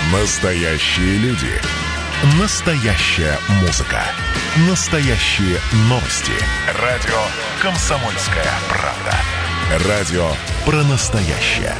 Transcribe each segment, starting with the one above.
Настоящие люди. Настоящая музыка. Настоящие новости. Радио «Комсомольская правда». Радио про настоящее.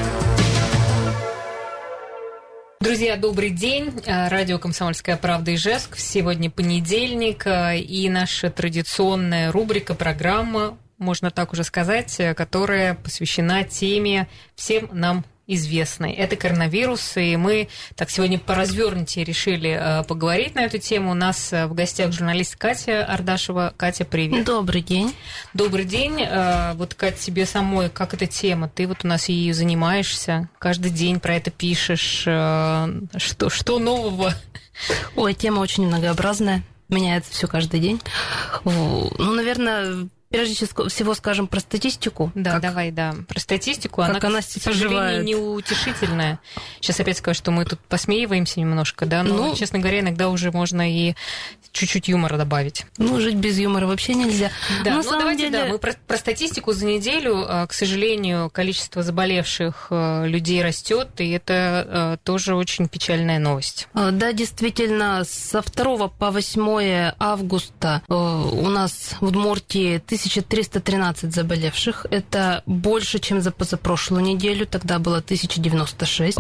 Друзья, добрый день. Радио «Комсомольская правда» Ижевск. Сегодня понедельник, и наша традиционная рубрика, программа, можно так уже сказать, которая посвящена теме всем нам известной. Это коронавирус, и мы так сегодня поразвернутее решили поговорить на эту тему. У нас в гостях журналист Катя Ардашева. Катя, привет. Добрый день. Добрый день. Вот, Катя, тебе самой, как эта тема? Ты вот у нас ею занимаешься, каждый день про это пишешь. Что нового? Ой, тема очень многообразная, меняется все каждый день. Ну, наверное, прежде всего скажем про статистику. Да, давай, про статистику. Она, к сожалению, неутешительная. Сейчас опять скажу, что мы тут посмеиваемся немножко, да, но, честно говоря, иногда уже можно и чуть-чуть юмора добавить. Ну, жить без юмора вообще нельзя. Да, мы про статистику за неделю. К сожалению, количество заболевших людей растет, и это тоже очень печальная новость. Да, действительно, со 2 по 8 августа у нас в Удмуртии 1313 заболевших. Это больше, чем за позапрошлую неделю. Тогда было 1096.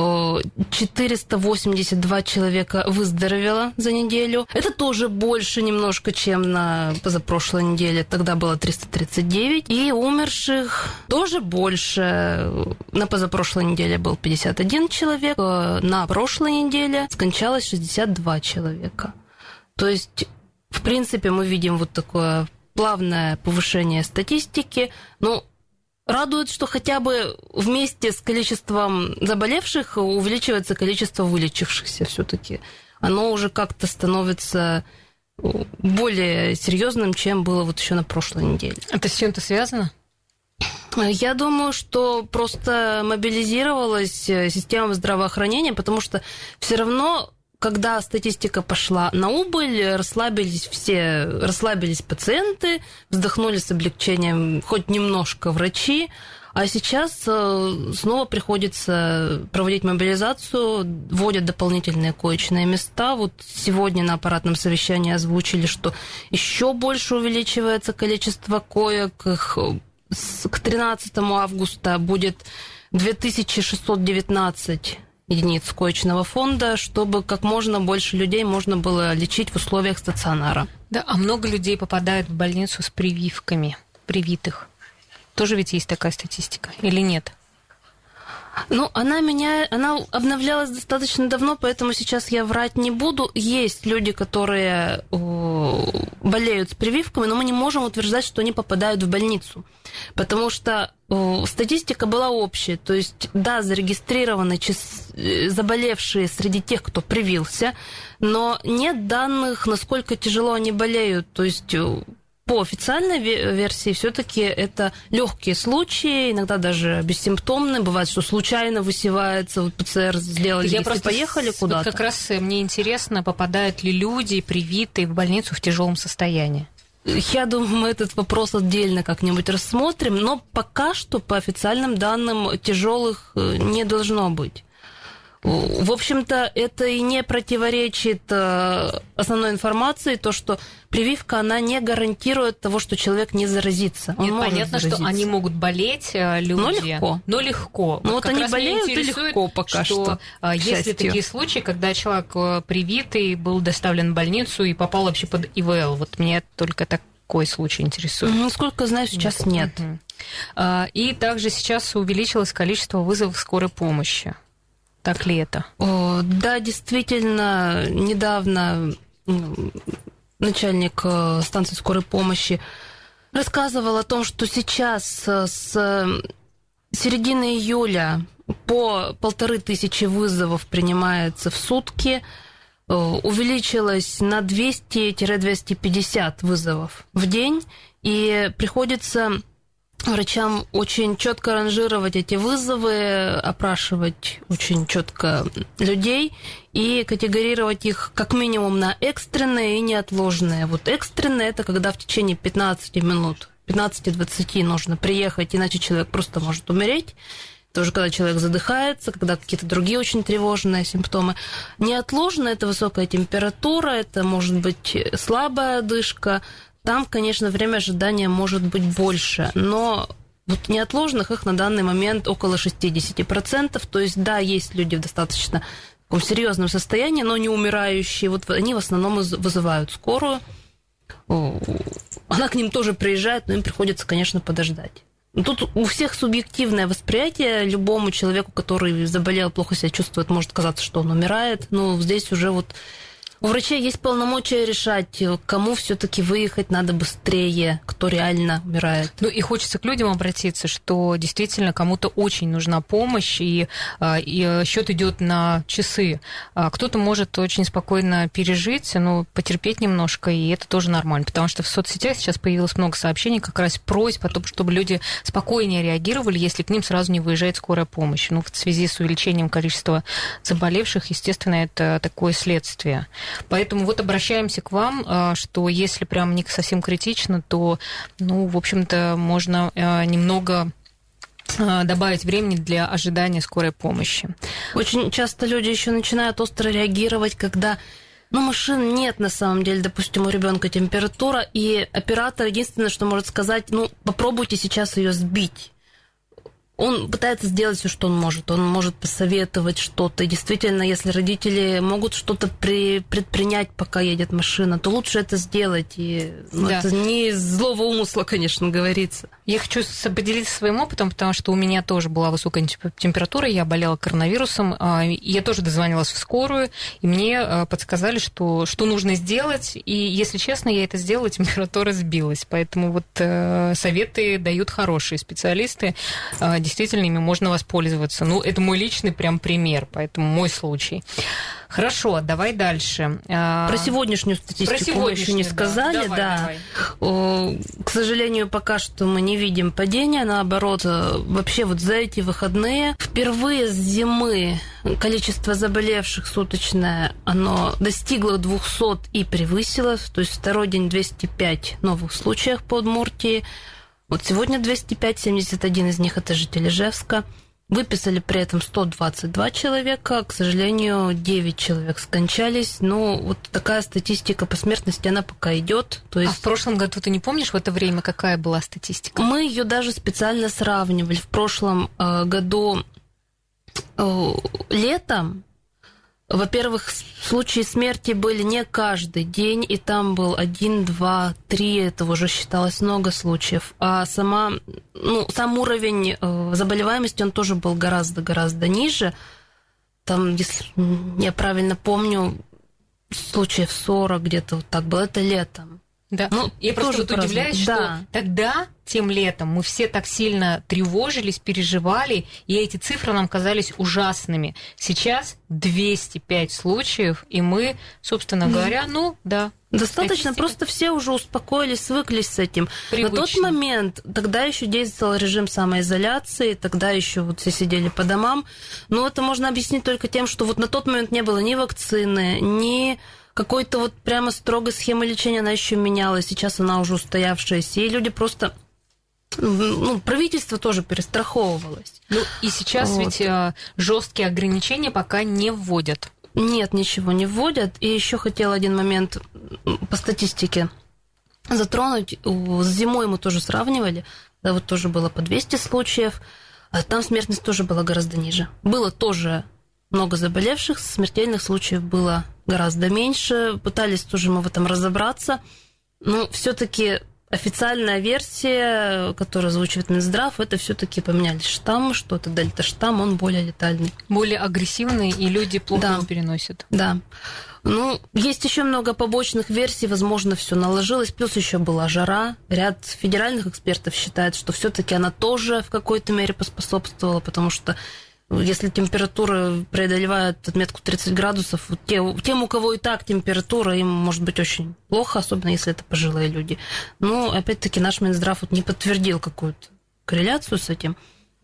482 человека выздоровело за неделю. Это тоже больше немножко, чем на позапрошлой неделе. Тогда было 339. И умерших тоже больше. На позапрошлой неделе был 51 человек. На прошлой неделе скончалось 62 человека. То есть, в принципе, мы видим вот такое плавное повышение статистики. Но радует, что хотя бы вместе с количеством заболевших увеличивается количество вылечившихся все-таки. Оно уже как-то становится более серьезным, чем было вот еще на прошлой неделе. Это с чем-то связано? Я думаю, что просто мобилизировалась система здравоохранения, потому что все равно, когда статистика пошла на убыль, расслабились пациенты, вздохнули с облегчением хоть немножко врачи, а сейчас снова приходится проводить мобилизацию, вводят дополнительные коечные места. Вот сегодня на аппаратном совещании озвучили, что еще больше увеличивается количество коек. К 13 августа будет 2619 единиц коечного фонда, чтобы как можно больше людей можно было лечить в условиях стационара. Да, а много людей попадают в больницу с прививками, привитых. Тоже ведь есть такая статистика или нет? Ну, она обновлялась достаточно давно, поэтому сейчас я врать не буду. Есть люди, которые болеют с прививками, но мы не можем утверждать, что они попадают в больницу, потому что статистика была общая. То есть, да, зарегистрированы заболевшие среди тех, кто привился, но нет данных, насколько тяжело они болеют. То есть по официальной версии все-таки это легкие случаи, иногда даже бессимптомные. Бывает, что случайно высевается, вот ПЦР сделали, если поехали куда-то. Как раз мне интересно, попадают ли люди, привитые, в больницу в тяжелом состоянии. Я думаю, мы этот вопрос отдельно как-нибудь рассмотрим, но пока что по официальным данным тяжелых не должно быть. В общем-то, это и не противоречит основной информации, то, что прививка, она не гарантирует того, что человек не заразится. Нет, понятно, что они могут болеть, люди. Но легко. Ну, вот они болеют и легко пока что. Есть ли такие случаи, когда человек привитый был доставлен в больницу и попал вообще под ИВЛ? Вот меня только такой случай интересует. Насколько знаю, сейчас нет. И также сейчас увеличилось количество вызовов скорой помощи. Так ли это? Да, действительно, недавно начальник станции скорой помощи рассказывал о том, что сейчас с середины июля по 1500 вызовов принимается в сутки, увеличилось на 200-250 вызовов в день, и приходится врачам очень четко ранжировать эти вызовы, опрашивать очень четко людей и категорировать их как минимум на экстренные и неотложные. Вот экстренные – это когда в течение 15 минут, 15-20 нужно приехать, иначе человек просто может умереть. тоже когда человек задыхается, когда какие-то другие очень тревожные симптомы. Неотложно это высокая температура, это может быть слабая одышка. Там, конечно, время ожидания может быть больше, но вот неотложных их на данный момент около 60%. То есть, да, есть люди в достаточно таком серьезном состоянии, но не умирающие. Вот они в основном вызывают скорую. Она к ним тоже приезжает, но им приходится, конечно, подождать. Тут у всех субъективное восприятие. Любому человеку, который заболел, плохо себя чувствует, может казаться, что он умирает. Но здесь уже вот у врачей есть полномочия решать, кому все-таки выехать надо быстрее, кто реально умирает. Ну и хочется к людям обратиться, что действительно кому-то очень нужна помощь, и счет идет на часы. Кто-то может очень спокойно пережить, но потерпеть немножко, и это тоже нормально, потому что в соцсетях сейчас появилось много сообщений, как раз просьб о том, чтобы люди спокойнее реагировали, если к ним сразу не выезжает скорая помощь. Ну, в связи с увеличением количества заболевших, естественно, это такое следствие. Поэтому вот обращаемся к вам, что если прям не совсем критично, то, ну, в общем-то, можно немного добавить времени для ожидания скорой помощи. Очень часто люди еще начинают остро реагировать, когда машин нет на самом деле, допустим, у ребенка температура, и оператор единственное, что может сказать, попробуйте сейчас ее сбить. Он пытается сделать все, что он может посоветовать что-то. И действительно, если родители могут что-то предпринять, пока едет машина, то лучше это сделать. И это не из злого умысла, конечно, говорится. Я хочу поделиться своим опытом, потому что у меня тоже была высокая температура, я болела коронавирусом, и я тоже дозвонилась в скорую, и мне подсказали, что нужно сделать, и, если честно, я это сделала, температура сбилась. Поэтому вот советы дают хорошие специалисты, действительно, ими можно воспользоваться. Это мой личный прям пример, поэтому мой случай. Хорошо, давай дальше. Про сегодняшнюю статистику мы еще не сказали. Давай. К сожалению, пока что мы не видим падения. Наоборот, вообще вот за эти выходные впервые с зимы количество заболевших суточное, оно достигло 200 и превысило. То есть второй день 205 новых случаев по Удмуртии. Вот сегодня 205, 71 из них это жители Ижевска. Выписали при этом 122 человека, к сожалению, 9 человек скончались. Вот такая статистика по смертности, она пока идет. А в прошлом году ты не помнишь в это время, какая была статистика? Мы ее даже специально сравнивали. В прошлом году летом, во-первых, случаи смерти были не каждый день, и там был 1, 2, 3, это уже считалось много случаев. А сам уровень заболеваемости, он тоже был гораздо ниже. Там, если я правильно помню, случаев 40 где-то вот так было, это летом. Да. Я просто удивляюсь, что тогда, тем летом, мы все так сильно тревожились, переживали, и эти цифры нам казались ужасными. Сейчас 205 случаев, и мы, собственно говоря, достаточно, просто все уже успокоились, свыклись с этим. Привычно. На тот момент, тогда еще действовал режим самоизоляции, тогда еще вот все сидели по домам. Но это можно объяснить только тем, что вот на тот момент не было ни вакцины, ни какой-то вот прямо строгой схемы лечения, она еще менялась, сейчас она уже устоявшаяся, и люди просто... правительство тоже перестраховывалось. И сейчас ведь жесткие ограничения пока не вводят. Нет, ничего не вводят. И еще хотела один момент по статистике затронуть. С зимой мы тоже сравнивали. Да, вот тоже было по 200 случаев. А там смертность тоже была гораздо ниже. Было тоже много заболевших, смертельных случаев было гораздо меньше. Пытались тоже мы в этом разобраться. Но все-таки официальная версия, которая звучит Минздрав, это все-таки поменялись штаммы, что это дельта-штамм, он более летальный. Более агрессивный, и люди плохо его переносят. Да. Есть еще много побочных версий, возможно, все наложилось, плюс еще была жара. Ряд федеральных экспертов считает, что все-таки она тоже в какой-то мере поспособствовала, потому что если температура преодолевает отметку 30 градусов, тем, у кого и так температура, им может быть очень плохо, особенно если это пожилые люди. Но, опять-таки, наш Минздрав не подтвердил какую-то корреляцию с этим.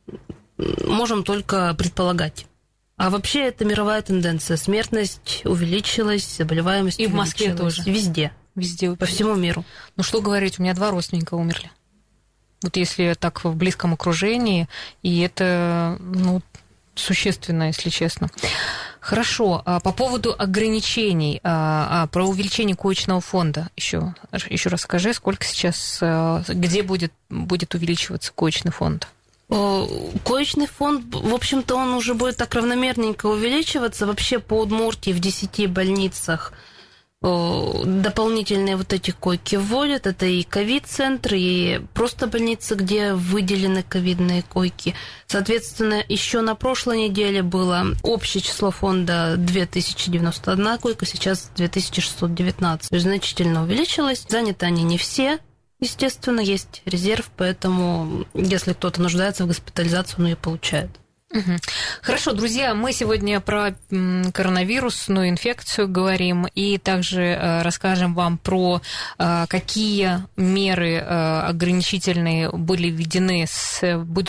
Можем только предполагать. А вообще это мировая тенденция. Смертность увеличилась, заболеваемость и увеличилась. И в Москве тоже. Везде. Везде. По всему миру. Что говорить, у меня 2 родственника умерли. Вот если так в близком окружении, и это, существенно, если честно. Хорошо. По поводу ограничений, про увеличение коечного фонда еще раз скажи, сколько сейчас, где будет увеличиваться коечный фонд? Коечный фонд, в общем-то, он уже будет так равномерненько увеличиваться. Вообще по Удмуртии в 10 больницах дополнительные вот эти койки вводят. Это и ковид-центры, и просто больницы, где выделены ковидные койки. Соответственно, еще на прошлой неделе было общее число фонда 2091 койка, сейчас 2619. То есть значительно увеличилось. Заняты они не все. Естественно, есть резерв, поэтому если кто-то нуждается в госпитализации, он ее получает. Угу. Хорошо, друзья, мы сегодня про коронавирусную инфекцию говорим и также расскажем вам про какие меры ограничительные были введены с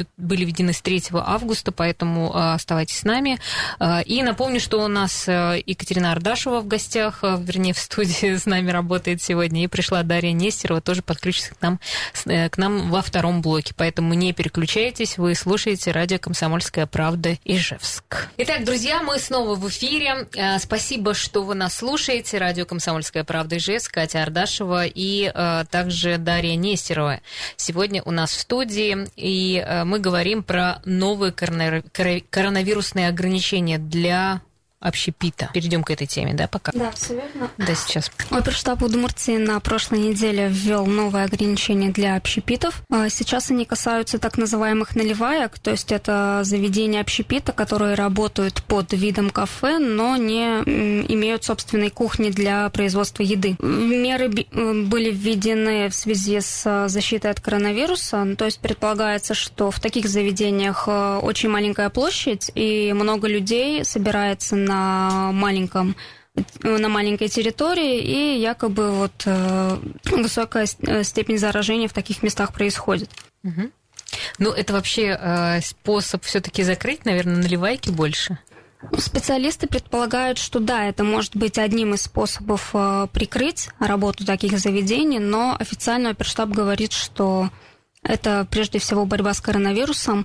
3 августа, поэтому оставайтесь с нами. И напомню, что у нас Екатерина Ардашева в гостях, вернее, в студии с нами работает сегодня, и пришла Дарья Нестерова, тоже подключится к нам во втором блоке, поэтому не переключайтесь, вы слушаете радио «Комсомольская правда» Ижевск. Итак, друзья, мы снова в эфире. Спасибо, что вы нас слушаете. Радио «Комсомольская правда» Ижевск, Катя Ардашева и также Дарья Нестерова сегодня у нас в студии. И мы говорим про новые коронавирусные ограничения для общепита. Перейдем к этой теме, да, пока? Да, все верно. Да, сейчас. Оперштаб Удмуртии на прошлой неделе ввел новые ограничения для общепитов. Сейчас они касаются так называемых наливаек, то есть это заведения общепита, которые работают под видом кафе, но не имеют собственной кухни для производства еды. Меры были введены в связи с защитой от коронавируса, то есть предполагается, что в таких заведениях очень маленькая площадь и много людей собирается на маленькой территории, и якобы высокая степень заражения в таких местах происходит. Угу. Ну, это вообще способ все-таки закрыть, наверное, наливайки больше? Специалисты предполагают, что да, это может быть одним из способов прикрыть работу таких заведений, но официально Оперштаб говорит, что это прежде всего борьба с коронавирусом.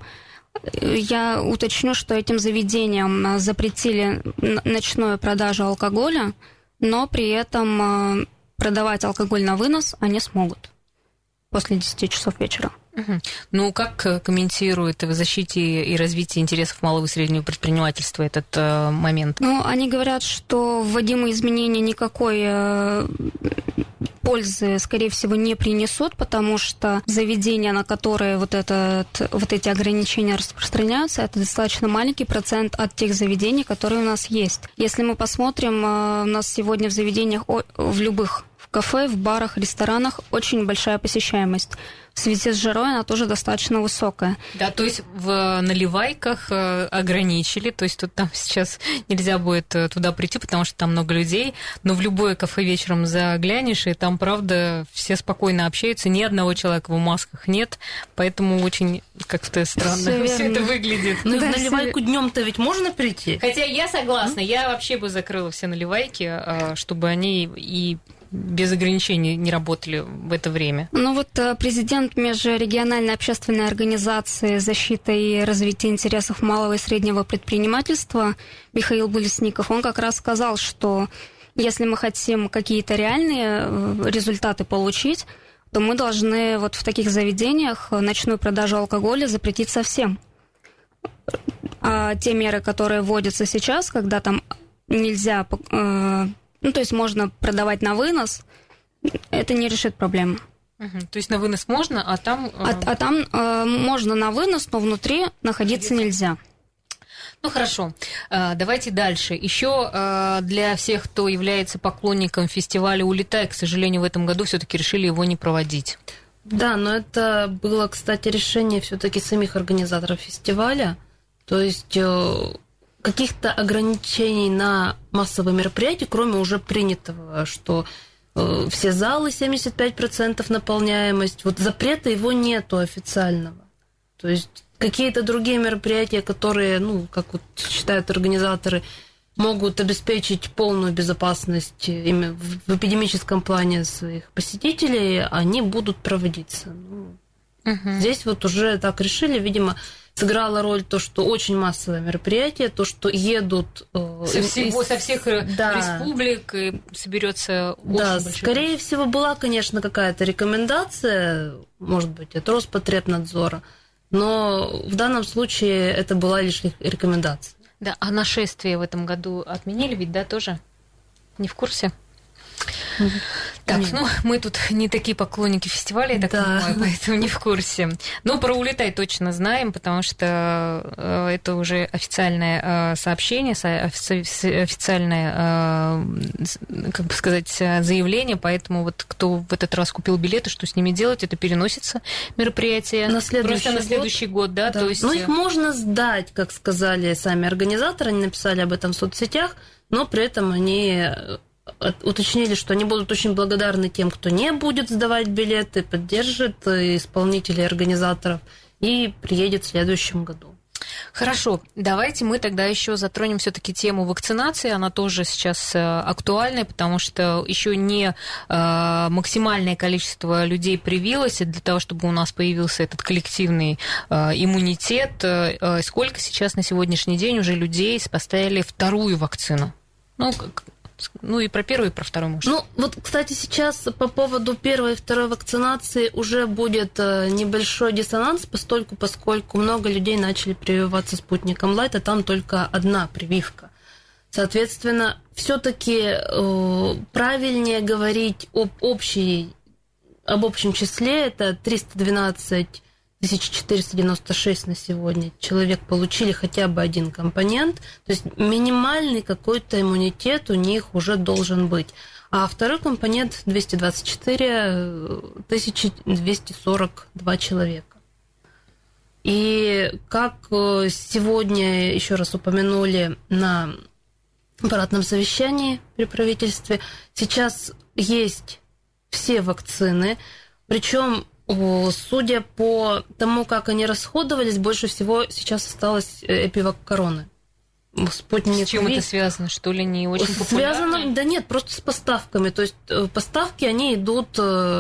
Я уточню, что этим заведениям запретили ночную продажу алкоголя, но при этом продавать алкоголь на вынос они смогут после 10 часов вечера. Угу. Ну, как комментирует в защите и развитии интересов малого и среднего предпринимательства этот момент? Ну, они говорят, что вводимые изменения никакой пользы, скорее всего, не принесут, потому что заведения, на которые вот эти ограничения распространяются, это достаточно маленький процент от тех заведений, которые у нас есть. Если мы посмотрим, у нас сегодня в заведениях, в любых, в кафе, в барах, ресторанах очень большая посещаемость. В связи с жарой она тоже достаточно высокая. Да, то есть в наливайках ограничили, то есть там сейчас нельзя будет туда прийти, потому что там много людей, но в любое кафе вечером заглянешь, и там, правда, все спокойно общаются, ни одного человека в масках нет, поэтому очень как-то странно все это выглядит. Ну, да, в наливайку днем-то ведь можно прийти? Хотя я согласна, я вообще бы закрыла все наливайки, чтобы они и без ограничений не работали в это время. Ну вот президент Межрегиональной общественной организации защиты и развития интересов малого и среднего предпринимательства Михаил Булесников, он как раз сказал, что если мы хотим какие-то реальные результаты получить, то мы должны вот в таких заведениях ночную продажу алкоголя запретить совсем. А те меры, которые вводятся сейчас, когда там нельзя... то есть можно продавать на вынос, это не решит проблему. Угу. То есть на вынос можно, а там... там можно на вынос, но внутри находиться нельзя. Ну, хорошо. Давайте дальше. Еще для всех, кто является поклонником фестиваля «Улетай», к сожалению, в этом году все-таки решили его не проводить. Да, но это было, кстати, решение все-таки самих организаторов фестиваля. То есть... каких-то ограничений на массовые мероприятия, кроме уже принятого, что все залы 75% наполняемость, вот запрета его нету официального. То есть какие-то другие мероприятия, которые, как вот считают организаторы, могут обеспечить полную безопасность именно в эпидемическом плане своих посетителей, они будут проводиться. Здесь вот уже так решили, видимо, сыграла роль то, что очень массовое мероприятие, то, что едут... Со всех республик и соберется очень большое. Скорее всего, была, конечно, какая-то рекомендация, может быть, от Роспотребнадзора, но в данном случае это была лишь рекомендация. Да, а нашествие в этом году отменили ведь, да, тоже? Не в курсе? Так, мы тут не такие поклонники фестиваля, я так понимаю, поэтому не в курсе. Но про «Улетай» точно знаем, потому что это уже официальное сообщение, официальное, как бы сказать, заявление, поэтому вот кто в этот раз купил билеты, что с ними делать, это переносится мероприятие на следующий год, да? Да. То есть... их можно сдать, как сказали сами организаторы, они написали об этом в соцсетях, но при этом они... уточнили, что они будут очень благодарны тем, кто не будет сдавать билеты, поддержит исполнителей и организаторов и приедет в следующем году. Хорошо, давайте мы тогда еще затронем все-таки тему вакцинации. Она тоже сейчас актуальная, потому что еще не максимальное количество людей привилось, и для того, чтобы у нас появился этот коллективный иммунитет. Сколько сейчас на сегодняшний день уже людей поставили вторую вакцину? Ну, и про первую, и про вторую, может. Ну, вот, кстати, сейчас по поводу первой и второй вакцинации уже будет небольшой диссонанс, поскольку много людей начали прививаться спутником Лайт, а там только одна прививка. Соответственно, все-таки правильнее говорить об общем числе, это 312 496 на сегодня человек получили хотя бы один компонент, то есть минимальный какой-то иммунитет у них уже должен быть. А второй компонент 224 242 человека. И как сегодня еще раз упомянули на аппаратном совещании при правительстве, сейчас есть все вакцины, причем судя по тому, как они расходовались, больше всего сейчас осталось Эпивак Короны. Спутник с чем это связано? Что ли, не очень популярно? Связано, да нет, просто с поставками. То есть поставки, они идут,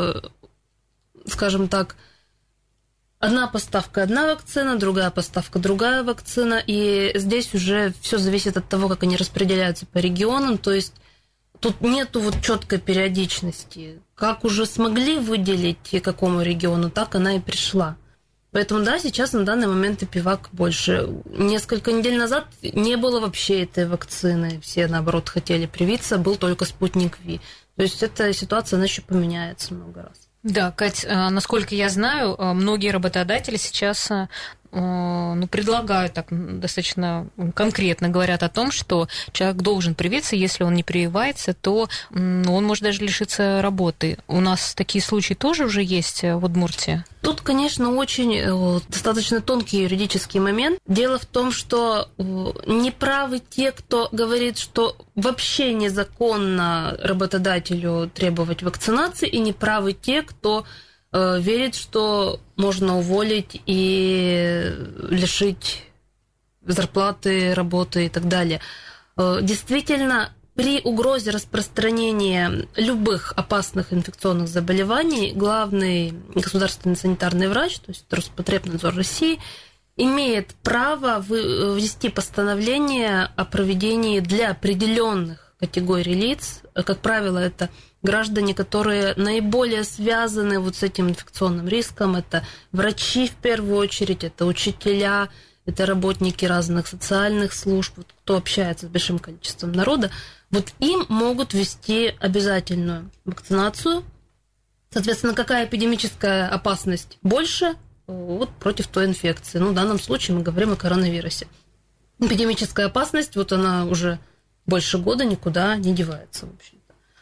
скажем так, одна поставка – одна вакцина, другая поставка – другая вакцина. И здесь уже все зависит от того, как они распределяются по регионам. То есть тут нету вот четкой периодичности. Как уже смогли выделить какому региону, так она и пришла. Поэтому, да, сейчас на данный момент Эпивак больше. Несколько недель назад не было вообще этой вакцины. Все, наоборот, хотели привиться, был только спутник Ви. То есть эта ситуация, она еще поменяется много раз. Да, Кать, насколько я знаю, многие работодатели сейчас предлагают, так достаточно конкретно говорят о том, что человек должен привиться, если он не прививается, то он может даже лишиться работы. У нас такие случаи тоже уже есть в Удмуртии? Тут, конечно, очень достаточно тонкий юридический момент. Дело в том, что неправы те, кто говорит, что вообще незаконно работодателю требовать вакцинации, и неправы те, кто верит, что можно уволить и лишить зарплаты, работы и так далее. Действительно, при угрозе распространения любых опасных инфекционных заболеваний главный государственный санитарный врач, то есть Роспотребнадзор России, имеет право ввести постановление о проведении для определенных категорий лиц, как правило, это граждане, которые наиболее связаны вот с этим инфекционным риском, это врачи в первую очередь, это учителя, это работники разных социальных служб, вот, кто общается с большим количеством народа, вот им могут ввести обязательную вакцинацию. Соответственно, какая эпидемическая опасность больше, вот против той инфекции. Ну, в данном случае мы говорим о коронавирусе. Эпидемическая опасность, вот она уже больше года никуда не девается, в общем-то.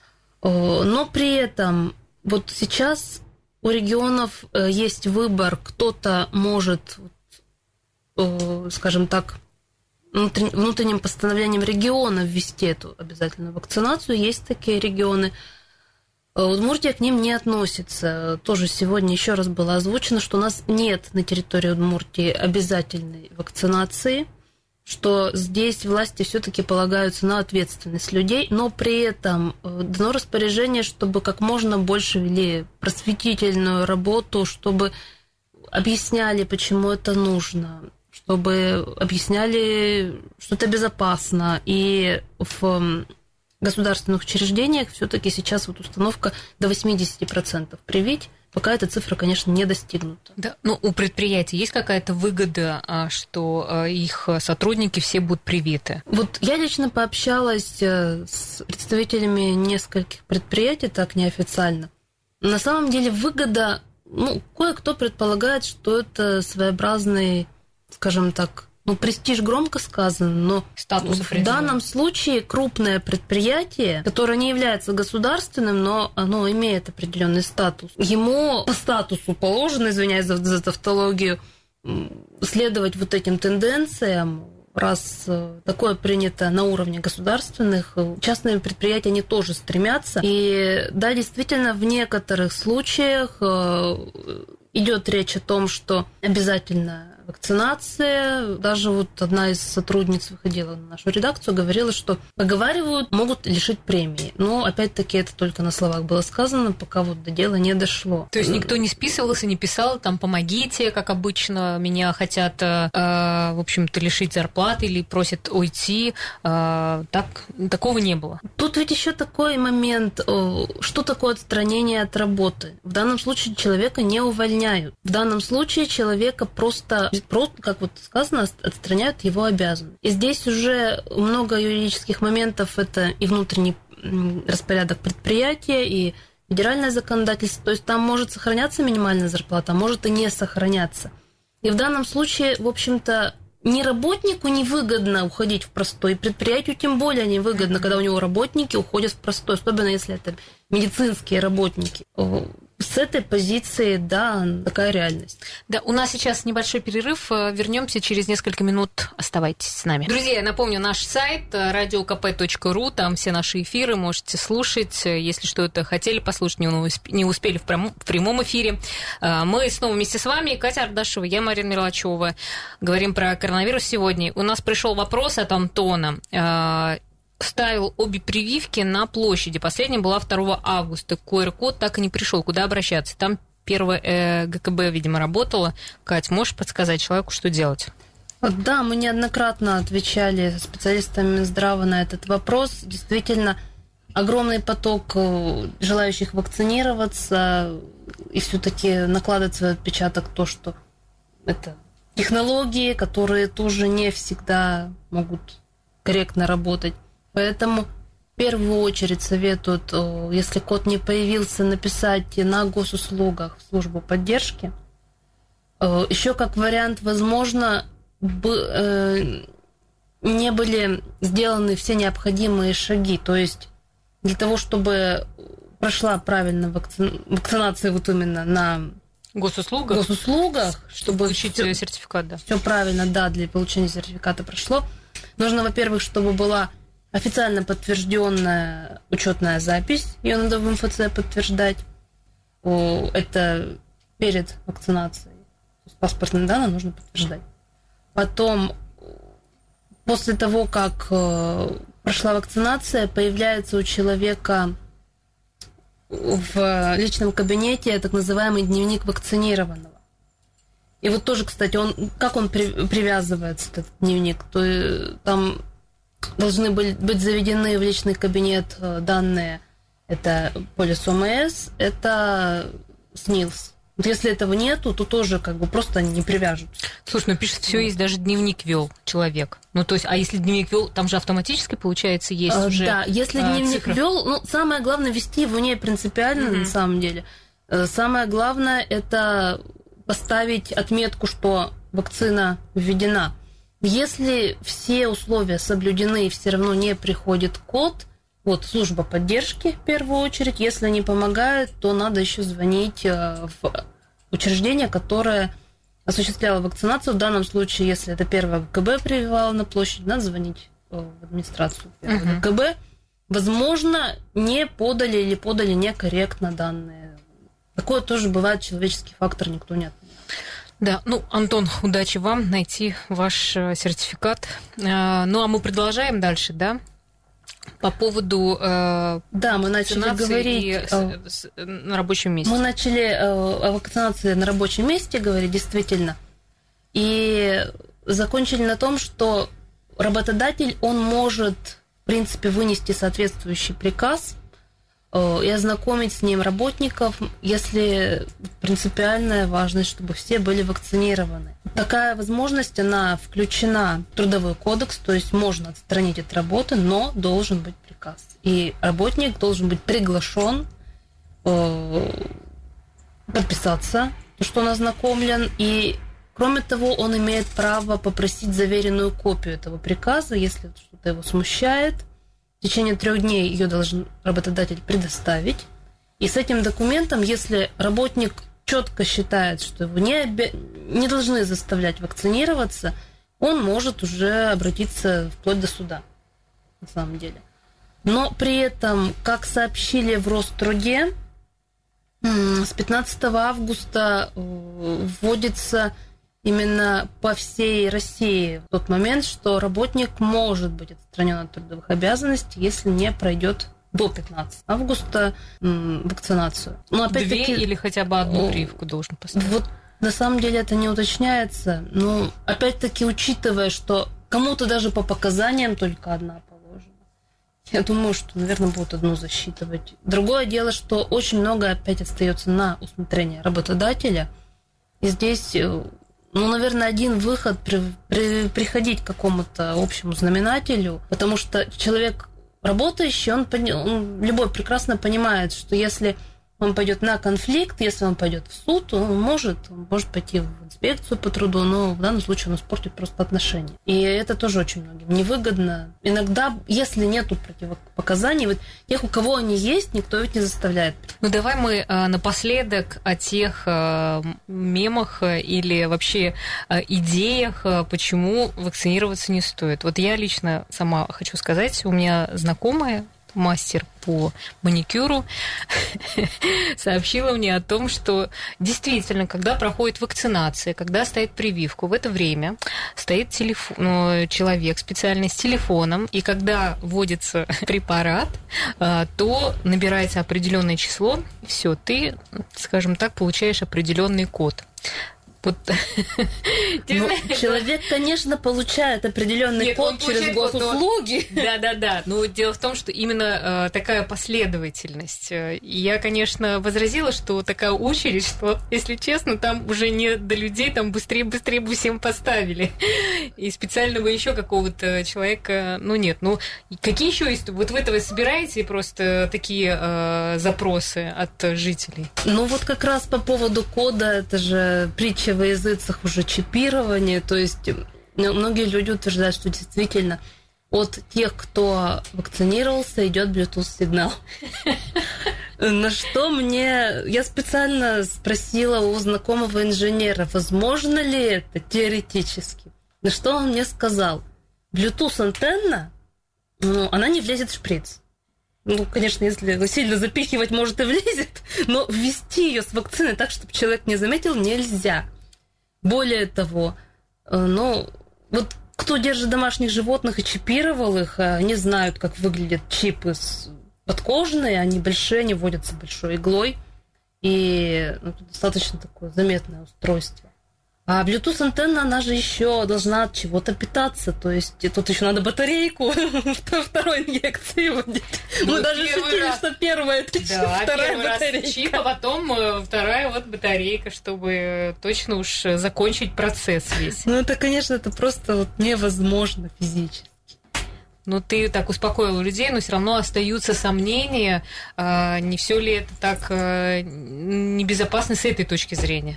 Но при этом вот сейчас у регионов есть выбор, кто-то может, скажем так, внутренним постановлением региона ввести эту обязательную вакцинацию. Есть такие регионы. Удмуртия к ним не относится. Тоже сегодня еще раз было озвучено, что у нас нет на территории Удмуртии обязательной вакцинации, что здесь власти все-таки полагаются на ответственность людей, но при этом дано распоряжение, чтобы как можно больше вели просветительную работу, чтобы объясняли, почему это нужно, чтобы объясняли, что это безопасно. И в государственных учреждениях все-таки сейчас вот установка до 80% привить. Пока эта цифра, конечно, не достигнута. Да, но у предприятий есть какая-то выгода, что их сотрудники все будут привиты? Вот я лично пообщалась с представителями нескольких предприятий, так неофициально. На самом деле выгода, кое-кто предполагает, что это своеобразный, скажем так, престиж громко сказано, но в данном случае крупное предприятие, которое не является государственным, но оно имеет определенный статус, ему по статусу положено, извиняюсь за тавтологию, следовать вот этим тенденциям. Раз такое принято на уровне государственных, частные предприятия, они тоже стремятся. И да, действительно, в некоторых случаях идет речь о том, что обязательно вакцинация. Даже вот одна из сотрудниц выходила на нашу редакцию, говорила, что поговаривают, могут лишить премии. Но, опять-таки, это только на словах было сказано, пока вот до дела не дошло. То есть никто не списывался, не писал, там, помогите, как обычно, меня хотят, в общем-то, лишить зарплаты или просят уйти. Такого не было. Тут ведь еще такой момент, что такое отстранение от работы. В данном случае человека не увольняют. В данном случае человека просто, как вот сказано, отстраняют его обязанности. И здесь уже много юридических моментов. Это и внутренний распорядок предприятия, и федеральное законодательство. То есть там может сохраняться минимальная зарплата, а может и не сохраняться. И в данном случае, в общем-то, ни работнику не выгодно уходить в простой, и предприятию тем более не выгодно, когда у него работники уходят в простой, особенно если это медицинские работники. С этой позиции, да, такая реальность. Да, у нас сейчас небольшой перерыв. Вернемся через несколько минут. Оставайтесь с нами. Друзья, я напомню, наш сайт radiokp.ru. Там все наши эфиры можете слушать. Если что-то хотели послушать, не успели в прямом эфире. Мы снова вместе с вами. Катя Ардашева, я Марина Мерлачева. Говорим про коронавирус сегодня. У нас пришел вопрос от Антона. Ставил обе прививки на площади. Последняя была 2 августа. QR-код так и не пришел. Куда обращаться? Там первое ГКБ, видимо, работало. Кать, можешь подсказать человеку, что делать? Да, мы неоднократно отвечали специалистам Минздрава на этот вопрос. Действительно, огромный поток желающих вакцинироваться, и все-таки накладывает свой отпечаток то, что это технологии, которые тоже не всегда могут корректно работать. Поэтому в первую очередь советуют, если код не появился, написать на госуслугах в службу поддержки. Еще как вариант, возможно, не были сделаны все необходимые шаги. То есть для того, чтобы прошла правильно вакцинация вот именно на госуслугах, чтобы получить сертификат, да. Все правильно, да, для получения сертификата прошло. Нужно, во-первых, чтобы была официально подтвержденная учетная запись, ее надо в МФЦ подтверждать. Это перед вакцинацией. Паспортные данные нужно подтверждать. Потом, после того, как прошла вакцинация, появляется у человека в личном кабинете так называемый дневник вакцинированного. И вот тоже, кстати, как он привязывается, этот дневник, то там должны быть заведены в личный кабинет данные. Это полис ОМС, это СНИЛС. Вот если этого нету, то тоже просто они не привяжутся. Слушай, пишет, все есть, даже дневник вел человек. То есть, а если дневник вел, там же автоматически, получается, есть уже да, если дневник вел, самое главное вести его не принципиально, на самом деле. Самое главное это поставить отметку, что вакцина введена. Если все условия соблюдены и все равно не приходит код, служба поддержки в первую очередь. Если не помогает, то надо еще звонить в учреждение, которое осуществляло вакцинацию. В данном случае, если это первое ГКБ прививало на площадь, надо звонить в администрацию первого ГКБ. Возможно, не подали или подали некорректно данные. Такое тоже бывает, человеческий фактор никто не отменяет. Да, Антон, удачи вам найти ваш сертификат. А мы продолжаем дальше, да? По поводу да, мы начали говорить на рабочем месте. Мы начали о вакцинации на рабочем месте говорить, действительно. И закончили на том, что работодатель, он может, в принципе, вынести соответствующий приказ и ознакомить с ним работников, если принципиальная важность, чтобы все были вакцинированы. Такая возможность, она включена в Трудовой кодекс, то есть можно отстранить от работы, но должен быть приказ. И работник должен быть приглашен подписаться, что он ознакомлен, и кроме того, он имеет право попросить заверенную копию этого приказа, если что-то его смущает. В течение 3 дней ее должен работодатель предоставить. И с этим документом, если работник четко считает, что его не должны заставлять вакцинироваться, он может уже обратиться вплоть до суда, на самом деле. Но при этом, как сообщили в Роструде, с 15 августа вводится именно по всей России в тот момент, что работник может быть отстранен от трудовых обязанностей, если не пройдет до 15 августа вакцинацию. Но опять-таки, 2 или хотя бы 1 прививку должен поставить? Вот на самом деле это не уточняется. Но опять-таки, учитывая, что кому-то даже по показаниям только 1 положена, я думаю, что, наверное, будут 1 засчитывать. Другое дело, что очень много опять остается на усмотрение работодателя. И здесь... наверное, один выход приходить к какому-то общему знаменателю, потому что человек работающий, он любой прекрасно понимает, что если он пойдет на конфликт, если он пойдет в суд, он может пойти в инспекцию по труду, но в данном случае он испортит просто отношения. И это тоже очень многим невыгодно. Иногда, если нету противопоказаний, вот тех, у кого они есть, никто ведь не заставляет. Ну, давай мы напоследок о тех мемах или вообще идеях, почему вакцинироваться не стоит. Вот я лично сама хочу сказать, у меня знакомая, мастер по маникюру, сообщила мне о том, что действительно, когда проходит вакцинация, когда стоит прививка, в это время стоит человек специально с телефоном, и когда вводится препарат, то набирается определенное число, и все, ты, скажем так, получаешь определенный код. Вот. Человек, конечно, получает определенный код через госуслуги. Да. Но дело в том, что именно такая последовательность. Я, конечно, возразила, что такая очередь, что, если честно, там уже не до людей, там быстрее бы всем поставили. И специального еще какого-то человека, нет. Какие еще есть? Вот вы этого собираете просто такие запросы от жителей? Вот как раз по поводу кода, это же притча во языцах уже чипирование, то есть многие люди утверждают, что действительно от тех, кто вакцинировался, идет Bluetooth-сигнал. На что я специально спросила у знакомого инженера, возможно ли это теоретически. На что он мне сказал, Bluetooth-антенна, она не влезет в шприц. Конечно, если сильно запихивать, может и влезет, но ввести ее с вакциной так, чтобы человек не заметил, нельзя. Более того, вот кто держит домашних животных и чипировал их, они знают, как выглядят чипы подкожные, они большие, они вводятся большой иглой, и достаточно такое заметное устройство. А Bluetooth-антенна, она же еще должна от чего-то питаться, то есть тут еще надо батарейку второй инъекции вводить. Мы даже шутили, что первая это чип, вторая батарейка. Чип, а потом вторая батарейка, чтобы точно уж закончить процесс весь. Это, конечно, это просто невозможно физически. Ты так успокоила людей, но все равно остаются сомнения, не все ли это так небезопасно с этой точки зрения.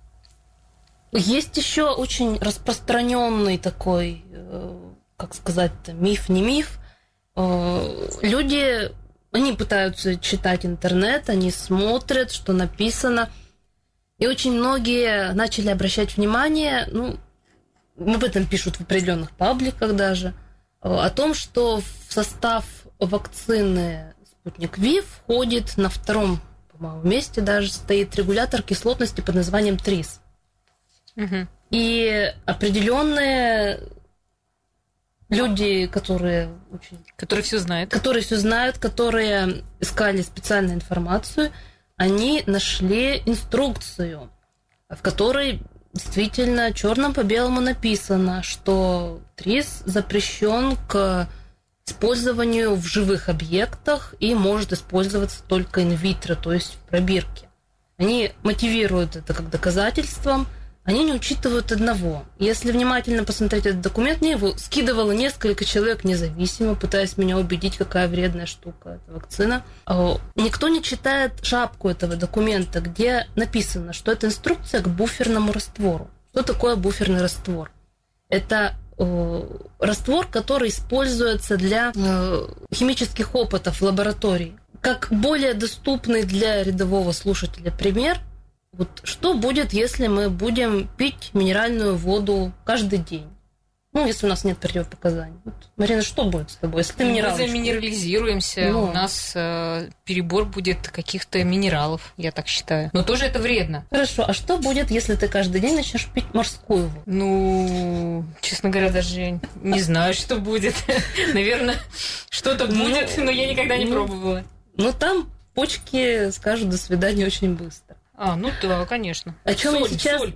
Есть еще очень распространенный такой, как сказать-то, миф, не миф. Люди, они пытаются читать интернет, они смотрят, что написано. И очень многие начали обращать внимание, об этом пишут в определенных пабликах даже, о том, что в состав вакцины «Спутник Ви» входит на 2-м, по-моему, месте даже стоит регулятор кислотности под названием ТРИС. Угу. И определенные, Люди, которые все знают. Которые все знают, которые искали специальную информацию, они нашли инструкцию, в которой действительно черным по белому написано, что ТРИС запрещен к использованию в живых объектах и может использоваться только инвитро, то есть в пробирке. Они мотивируют это как доказательством, они не учитывают одного. Если внимательно посмотреть этот документ, мне его скидывало несколько человек независимо, пытаясь меня убедить, какая вредная штука эта вакцина. Никто не читает шапку этого документа, где написано, что это инструкция к буферному раствору. Что такое буферный раствор? Это раствор, который используется для химических опытов в лаборатории. Как более доступный для рядового слушателя пример, вот что будет, если мы будем пить минеральную воду каждый день? Ну, если у нас нет противопоказаний. Вот, Марина, что будет с тобой, если ты минералочку? Мы заминерализируемся, у нас перебор будет каких-то минералов, я так считаю. Но тоже это вредно. Хорошо, а что будет, если ты каждый день начнешь пить морскую воду? Ну, честно говоря, даже не знаю, что будет. Наверное, что-то будет, но я никогда не пробовала. Ну, там почки скажут «до свидания» очень быстро. Ну да, конечно. О чем я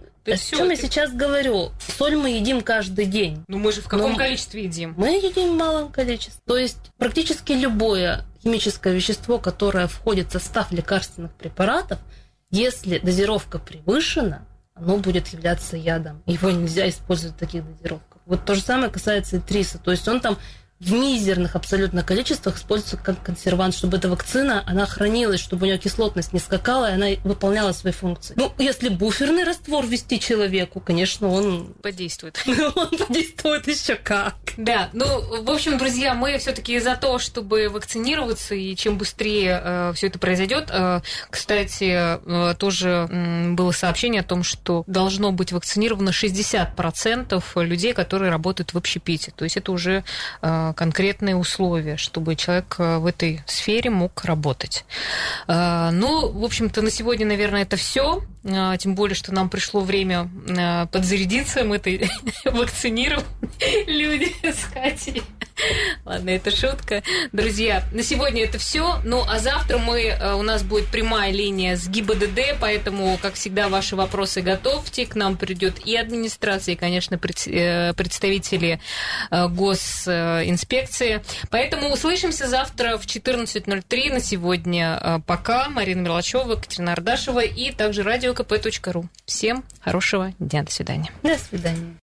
сейчас говорю? Соль мы едим каждый день. Ну мы же в каком количестве едим? Мы едим в малом количестве. То есть практически любое химическое вещество, которое входит в состав лекарственных препаратов, если дозировка превышена, оно будет являться ядом. Его нельзя использовать в таких дозировках. Вот то же самое касается и триса. То есть он там в мизерных абсолютно количествах используется как консервант, чтобы эта вакцина, она хранилась, чтобы у нее кислотность не скакала, и она выполняла свои функции. Ну, если буферный раствор ввести человеку, конечно, он подействует. Он подействует еще как. Да, ну, в общем, друзья, мы все-таки за то, чтобы вакцинироваться, и чем быстрее все это произойдет. Кстати, тоже было сообщение о том, что должно быть вакцинировано 60% людей, которые работают в общепите. То есть это уже конкретные условия, чтобы человек в этой сфере мог работать. Ну, в общем-то, на сегодня, наверное, это все. Тем более, что нам пришло время подзарядиться, мы это вакцинированы люди с Катей. Ладно, это шутка. Друзья, на сегодня это все. Ну, а завтра у нас будет прямая линия с ГИБДД, поэтому, как всегда, ваши вопросы готовьте. К нам придет и администрация, и, конечно, представители госинспекции. Поэтому услышимся завтра в 14:03. На сегодня пока. Марина Мерлачева, Катерина Ардашева и также радиокп.ру. Всем хорошего дня. До свидания. До свидания.